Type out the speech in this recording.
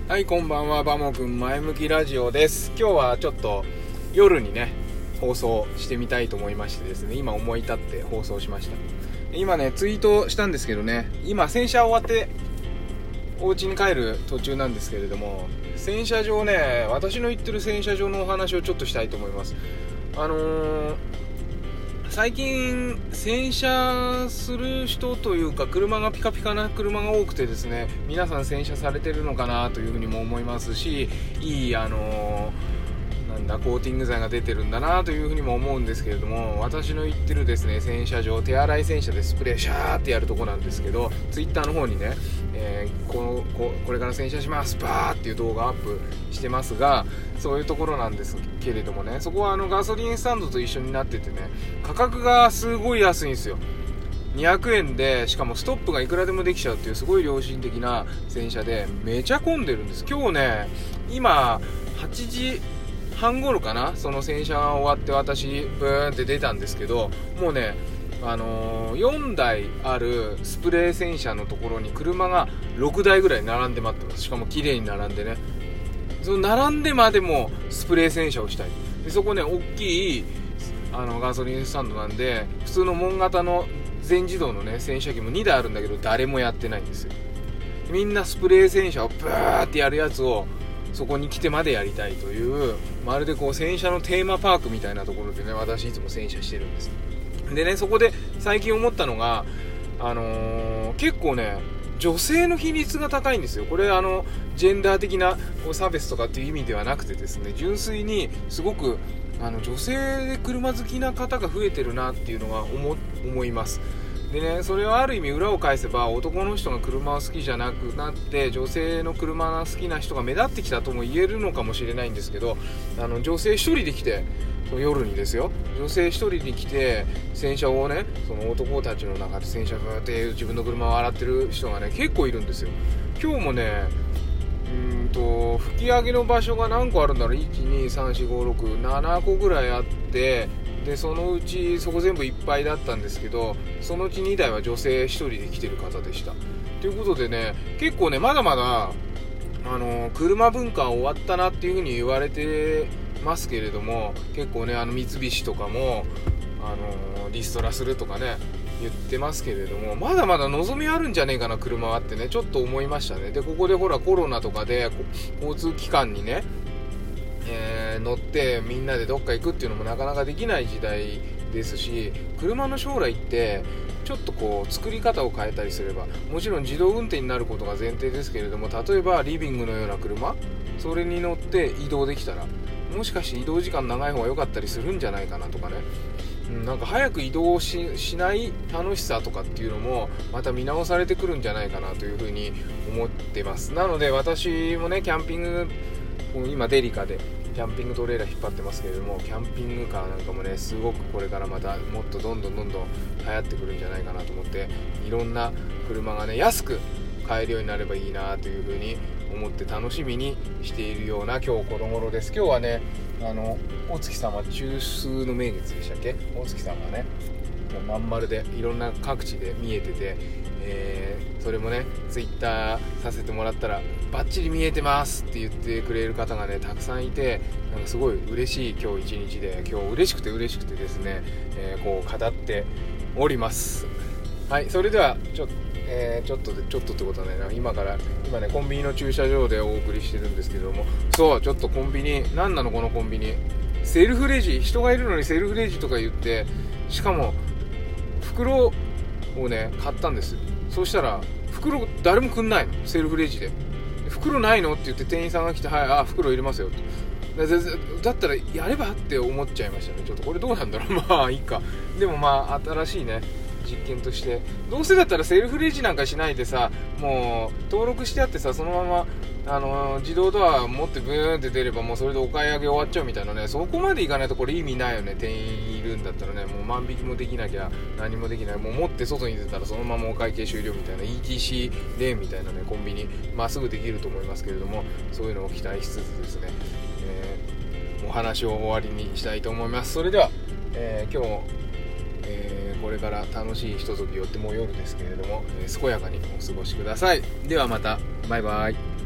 はい、こんばんは。バモくん前向きラジオです。今日はちょっと夜にね放送してみたいと思いましてですね、今思い立って放送しました。今ねツイートしたんですけどね、今洗車終わってお家に帰る途中なんですけれども、洗車場ね、私の行ってる洗車場のお話をちょっとしたいと思います。最近洗車する人というか、車がピカピカな車が多くてですね、皆さん洗車されてるのかなというふうにも思いますし、いいコーティング剤が出てるんだなというふうにも思うんですけれども、私の行ってるですね洗車場、手洗い洗車でスプレーシャーってやるとこなんですけど、ツイッターの方にね、これから洗車しますバーっていう動画アップしてますが、そういうところなんですけれどもね、そこはガソリンスタンドと一緒になっててね、価格がすごい安いんですよ。200円で、しかもストップがいくらでもできちゃうっていうすごい良心的な洗車で、めちゃ混んでるんです。今日ね、今8時半頃かな、その洗車が終わって私ブーンって出たんですけど、もうね4台あるスプレー洗車のところに車が6台ぐらい並んで待ってます。しかも綺麗に並んでね、その並んでまでもスプレー洗車をしたい。でそこね、大きいガソリンスタンドなんで、普通の門型の全自動のね洗車機も2台あるんだけど、誰もやってないんですよ。みんなスプレー洗車をブーってやるやつをそこに来てまでやりたいという、まるでこう洗車のテーマパークみたいなところでね、私いつも洗車してるんです。でね、そこで最近思ったのが、結構ね女性の比率が高いんですよ。これジェンダー的な差別とかっていう意味ではなくてですね、純粋にすごく女性で車好きな方が増えてるなっていうのが思います。でね、それはある意味裏を返せば、男の人が車を好きじゃなくなって女性の車が好きな人が目立ってきたとも言えるのかもしれないんですけど、女性一人で来て、夜にですよ、女性一人で来て洗車をね、その男たちの中で洗車ブーって自分の車を洗ってる人がね結構いるんですよ。今日もね、吹き上げの場所が何個あるんだろう、 1,2,3,4,5,6,7 個ぐらいあって、でそのうちそこ全部いっぱいだったんですけど、そのうち2台は女性1人で来てる方でした。ということでね、結構ねまだまだ車文化終わったなっていう風に言われてますけれども、結構ね三菱とかもリストラするとかね言ってますけれども、まだまだ望みあるんじゃねえかな車はってね、ちょっと思いましたね。でここでほらコロナとかで交通機関にね、乗ってみんなでどっか行くっていうのもなかなかできない時代ですし、車の将来ってちょっとこう作り方を変えたりすれば、もちろん自動運転になることが前提ですけれども、例えばリビングのような車、それに乗って移動できたら、もしかして移動時間長い方が良かったりするんじゃないかなとかね、なんか早く移動 しない楽しさとかっていうのもまた見直されてくるんじゃないかなというふうに思ってます。なので私もね、キャンピング、今デリカでキャンピングトレーラー引っ張ってますけれども、キャンピングカーなんかもねすごくこれからまたもっとどんどん流行ってくるんじゃないかなと思って、いろんな車がね安く買えるようになればいいなというふうに思って楽しみにしているような今日この頃です。今日はね大月さんは中枢の名月でしたっけ。大月さんがねもうまん丸でいろんな各地で見えてて、それもねツイッターさせてもらったらバッチリ見えてますって言ってくれる方がねたくさんいて、なんかすごい嬉しい今日一日で、今日嬉しくてですね、こう語っております。はい、それではちょっとってことはないな、今ねコンビニの駐車場でお送りしてるんですけども、そうちょっとコンビニ、なんなのこのコンビニ、セルフレジ、人がいるのにセルフレジとか言って、しかも袋をね買ったんですよ。そうしたら袋誰もくんないの、セルフレジで。袋ないのって言って店員さんが来て、はい、袋入れますよと。だったらやればって思っちゃいましたね。ちょっとこれどうなんだろうまあいいか。でもまあ新しいね実験として、どうせだったらセルフレジなんかしないでさ、もう登録してあってさ、そのまま自動ドア持ってブーンって出ればもうそれでお買い上げ終わっちゃうみたいなね、そこまでいかないとこれ意味ないよね。店員いるんだったらね、もう万引きもできなきゃ何もできない、もう持って外に出たらそのままお会計終了みたいな ETC レーンみたいなねコンビニまっすぐできると思いますけれども、そういうのを期待しつつですね、お話を終わりにしたいと思います。それでは、今日もこれから楽しいひとときをって、もう夜ですけれども、健やかにお過ごしください。ではまた、バイバイ。